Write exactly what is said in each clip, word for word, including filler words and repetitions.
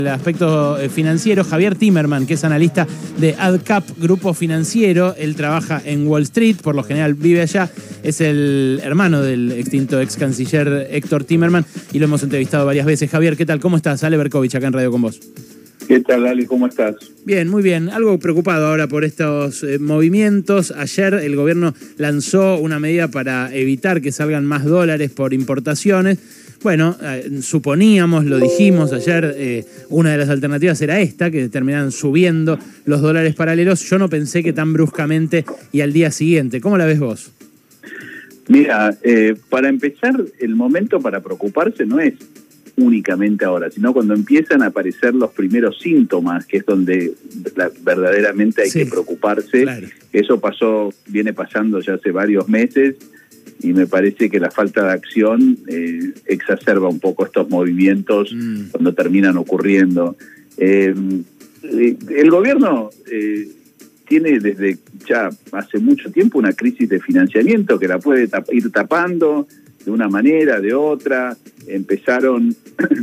El aspecto financiero, Javier Timerman, que es analista de AdCap, grupo financiero. Él trabaja en Wall Street, por lo general vive allá. Es el hermano del extinto ex canciller Héctor Timerman y lo hemos entrevistado varias veces. Javier, ¿qué tal? ¿Cómo estás? Ale Berkovich, acá en Radio con vos. ¿Qué tal, Ale? ¿Cómo estás? Bien, muy bien. Algo preocupado ahora por estos eh, movimientos. Ayer el gobierno lanzó una medida para evitar que salgan más dólares por importaciones. Bueno, eh, suponíamos, lo dijimos ayer, eh, una de las alternativas era esta, que terminaran subiendo los dólares paralelos. Yo no pensé que tan bruscamente y al día siguiente. ¿Cómo la ves vos? Mira, eh, para empezar, el momento para preocuparse no es únicamente ahora, sino cuando empiezan a aparecer los primeros síntomas, que es donde la, verdaderamente hay sí, que preocuparse. Claro. Eso pasó, viene pasando ya hace varios meses, y me parece que la falta de acción eh, exacerba un poco estos movimientos mm. cuando terminan ocurriendo. Eh, el gobierno eh, tiene desde ya hace mucho tiempo una crisis de financiamiento que la puede tap- ir tapando de una manera, de otra. Empezaron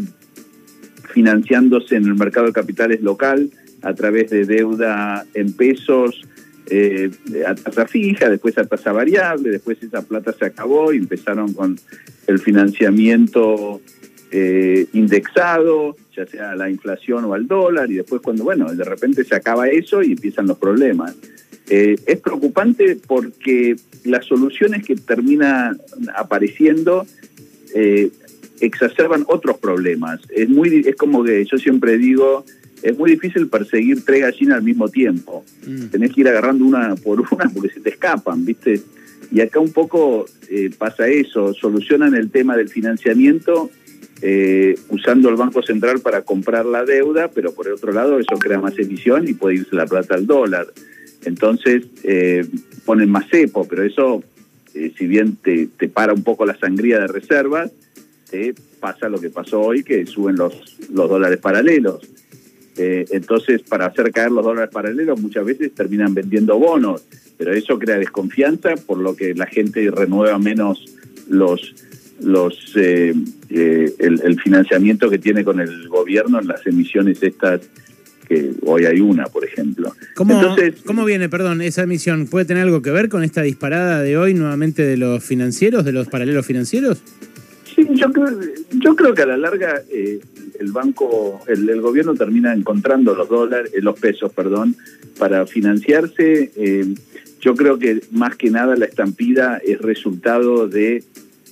financiándose en el mercado de capitales local a través de deuda en pesos, Eh, a tasa fija, después a tasa variable, después esa plata se acabó y empezaron con el financiamiento eh, indexado, ya sea a la inflación o al dólar, y después cuando, bueno, de repente se acaba eso y empiezan los problemas. Eh, es preocupante porque las soluciones que terminan apareciendo eh, exacerban otros problemas. Es muy, es como que yo siempre digo, es muy difícil perseguir tres gallinas al mismo tiempo. Mm. Tenés que ir agarrando una por una porque se te escapan, ¿viste? Y acá un poco eh, pasa eso. Solucionan el tema del financiamiento eh, usando el Banco Central para comprar la deuda, pero por el otro lado eso crea más emisión y puede irse la plata al dólar. Entonces eh, ponen más cepo, pero eso, eh, si bien te, te para un poco la sangría de reservas, te pasa lo que pasó hoy, que suben los, los dólares paralelos. Eh, entonces, para hacer caer los dólares paralelos, muchas veces terminan vendiendo bonos, pero eso crea desconfianza, por lo que la gente renueva menos los los eh, eh, el, el financiamiento que tiene con el gobierno en las emisiones estas, que hoy hay una, por ejemplo. ¿Cómo, Entonces, ¿cómo viene, perdón, esa emisión? ¿Puede tener algo que ver con esta disparada de hoy nuevamente de los financieros, de los paralelos financieros? Sí, yo creo, yo creo que a la larga eh, el banco, el, el gobierno termina encontrando los dólares, eh, los pesos, perdón, para financiarse. Eh, yo creo que más que nada la estampida es resultado de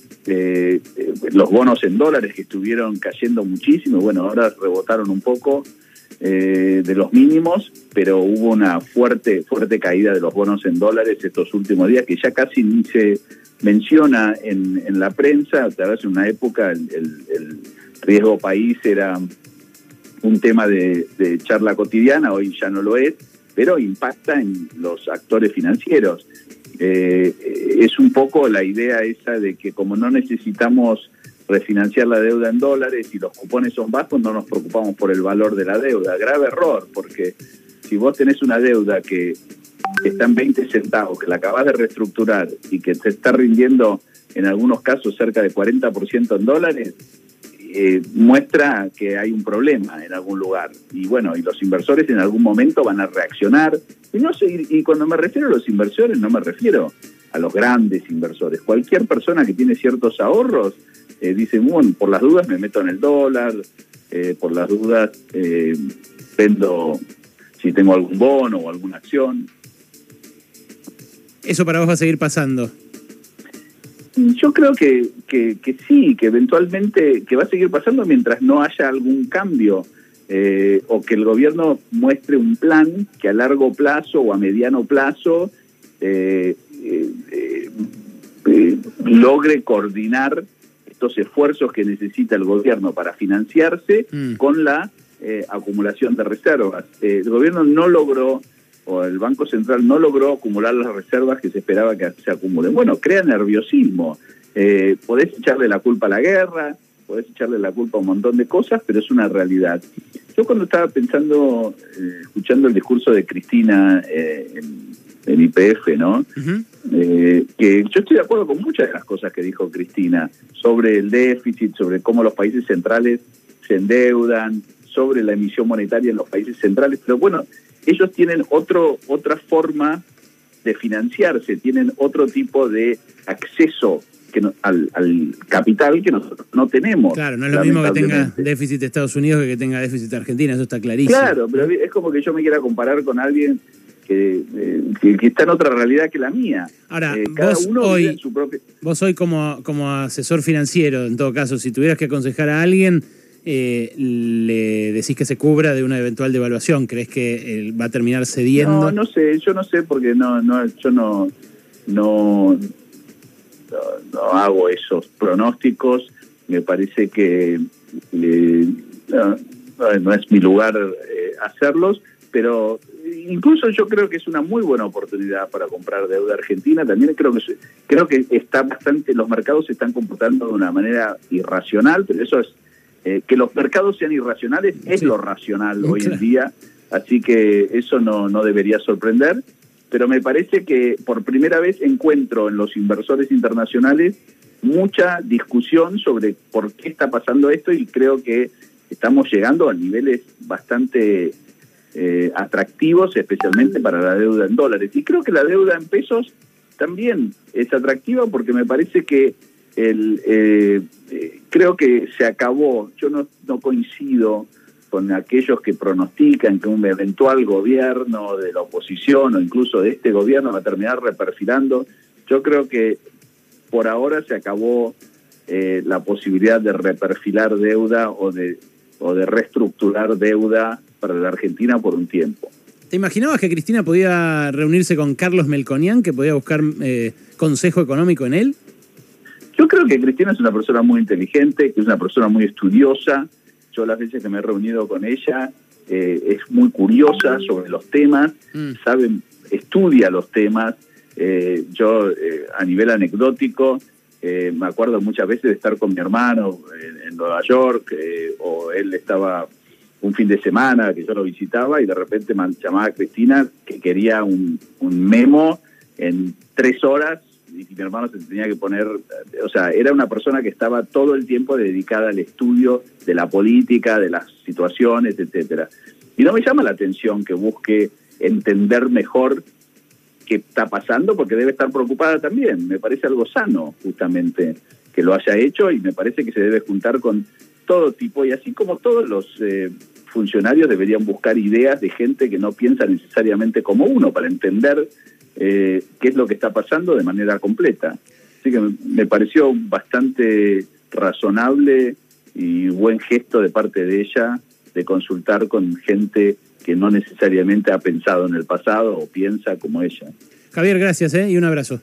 eh, eh, los bonos en dólares que estuvieron cayendo muchísimo. Bueno, ahora rebotaron un poco eh, de los mínimos, pero hubo una fuerte, fuerte caída de los bonos en dólares estos últimos días, que ya casi ni se menciona en, en la prensa. Tal vez en una época el, el, el riesgo país era un tema de, de charla cotidiana, hoy ya no lo es, pero impacta en los actores financieros. Eh, es un poco la idea esa de que como no necesitamos refinanciar la deuda en dólares y los cupones son bajos, no nos preocupamos por el valor de la deuda. Grave error, porque si vos tenés una deuda que está en veinte centavos, que la acabas de reestructurar y que te está rindiendo en algunos casos cerca de cuarenta por ciento en dólares, eh, muestra que hay un problema en algún lugar. Y bueno, y los inversores en algún momento van a reaccionar. Y, no sé, y cuando me refiero a los inversores, no me refiero a los grandes inversores. Cualquier persona que tiene ciertos ahorros eh, dice, bueno, por las dudas me meto en el dólar, eh, por las dudas eh, vendo si tengo algún bono o alguna acción. ¿Eso para vos va a seguir pasando? Yo creo que, que, que sí, que eventualmente que va a seguir pasando mientras no haya algún cambio eh, o que el gobierno muestre un plan que a largo plazo o a mediano plazo eh, eh, eh, eh, logre coordinar estos esfuerzos que necesita el gobierno para financiarse mm. con la eh, acumulación de reservas. Eh, el gobierno no logró, o el Banco Central no logró acumular las reservas que se esperaba que se acumulen. Bueno, crea nerviosismo. Eh, podés echarle la culpa a la guerra, podés echarle la culpa a un montón de cosas, pero es una realidad. Yo cuando estaba pensando, eh, escuchando el discurso de Cristina eh, en, en Y P F, ¿no? Uh-huh. eh, que yo estoy de acuerdo con muchas de las cosas que dijo Cristina sobre el déficit, sobre cómo los países centrales se endeudan, sobre la emisión monetaria en los países centrales, pero bueno, ellos tienen otro otra forma de financiarse, tienen otro tipo de acceso que no, al, al capital que nosotros no tenemos. Claro, no es lo mismo que tenga déficit de Estados Unidos que que tenga déficit de Argentina, eso está clarísimo. Claro, pero es como que yo me quiera comparar con alguien que, eh, que, que está en otra realidad que la mía. Ahora, eh, cada vos, uno hoy, vive en su propio... vos hoy como, como asesor financiero, en todo caso, si tuvieras que aconsejar a alguien, eh, le decís que se cubra de una eventual devaluación, ¿crees que él va a terminar cediendo? No, no sé, yo no sé porque no, no, yo no, no, no, no hago esos pronósticos. Me parece que eh, no, no es mi lugar eh, hacerlos, pero incluso yo creo que es una muy buena oportunidad para comprar deuda argentina. También creo que creo que está bastante, los mercados se están comportando de una manera irracional, pero eso es eh, que los mercados sean irracionales es sí. lo racional hoy en día, así que eso no, no debería sorprender. Pero me parece que por primera vez encuentro en los inversores internacionales mucha discusión sobre por qué está pasando esto, y creo que estamos llegando a niveles bastante eh, atractivos, especialmente para la deuda en dólares. Y creo que la deuda en pesos también es atractiva porque me parece que el eh, eh, creo que se acabó. Yo no, no coincido con aquellos que pronostican que un eventual gobierno de la oposición o incluso de este gobierno va a terminar reperfilando. Yo creo que por ahora se acabó eh, la posibilidad de reperfilar deuda o de, o de reestructurar deuda para la Argentina por un tiempo. ¿Te imaginabas que Cristina podía reunirse con Carlos Melconian, que podía buscar eh, consejo económico en él? Yo creo que Cristina es una persona muy inteligente, que es una persona muy estudiosa. Yo las veces que me he reunido con ella, eh, es muy curiosa sobre los temas, mm. sabe, estudia los temas. Eh, yo, eh, a nivel anecdótico, eh, me acuerdo muchas veces de estar con mi hermano en, en Nueva York, eh, o él estaba un fin de semana que yo lo visitaba y de repente me llamaba a Cristina que quería un, un memo en tres horas y mi hermano se tenía que poner, o sea, era una persona que estaba todo el tiempo dedicada al estudio de la política, de las situaciones, etcétera. Y no me llama la atención que busque entender mejor qué está pasando, porque debe estar preocupada también. Me parece algo sano, justamente, que lo haya hecho, y me parece que se debe juntar con todo tipo, y así como todos los eh, funcionarios deberían buscar ideas de gente que no piensa necesariamente como uno, para entender eh, qué es lo que está pasando de manera completa. Así que me, me pareció bastante razonable y buen gesto de parte de ella de consultar con gente que no necesariamente ha pensado en el pasado o piensa como ella. Javier, gracias, ¿eh? Y un abrazo.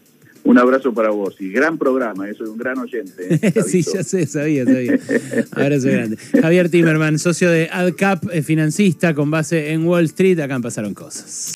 Un abrazo para vos. Y gran programa, eso es un gran oyente. ¿eh? Sí, ya sé, sabía, sabía. Abrazo grande. Javier Timerman, socio de AdCap, financista con base en Wall Street. Acá Pasaron Cosas.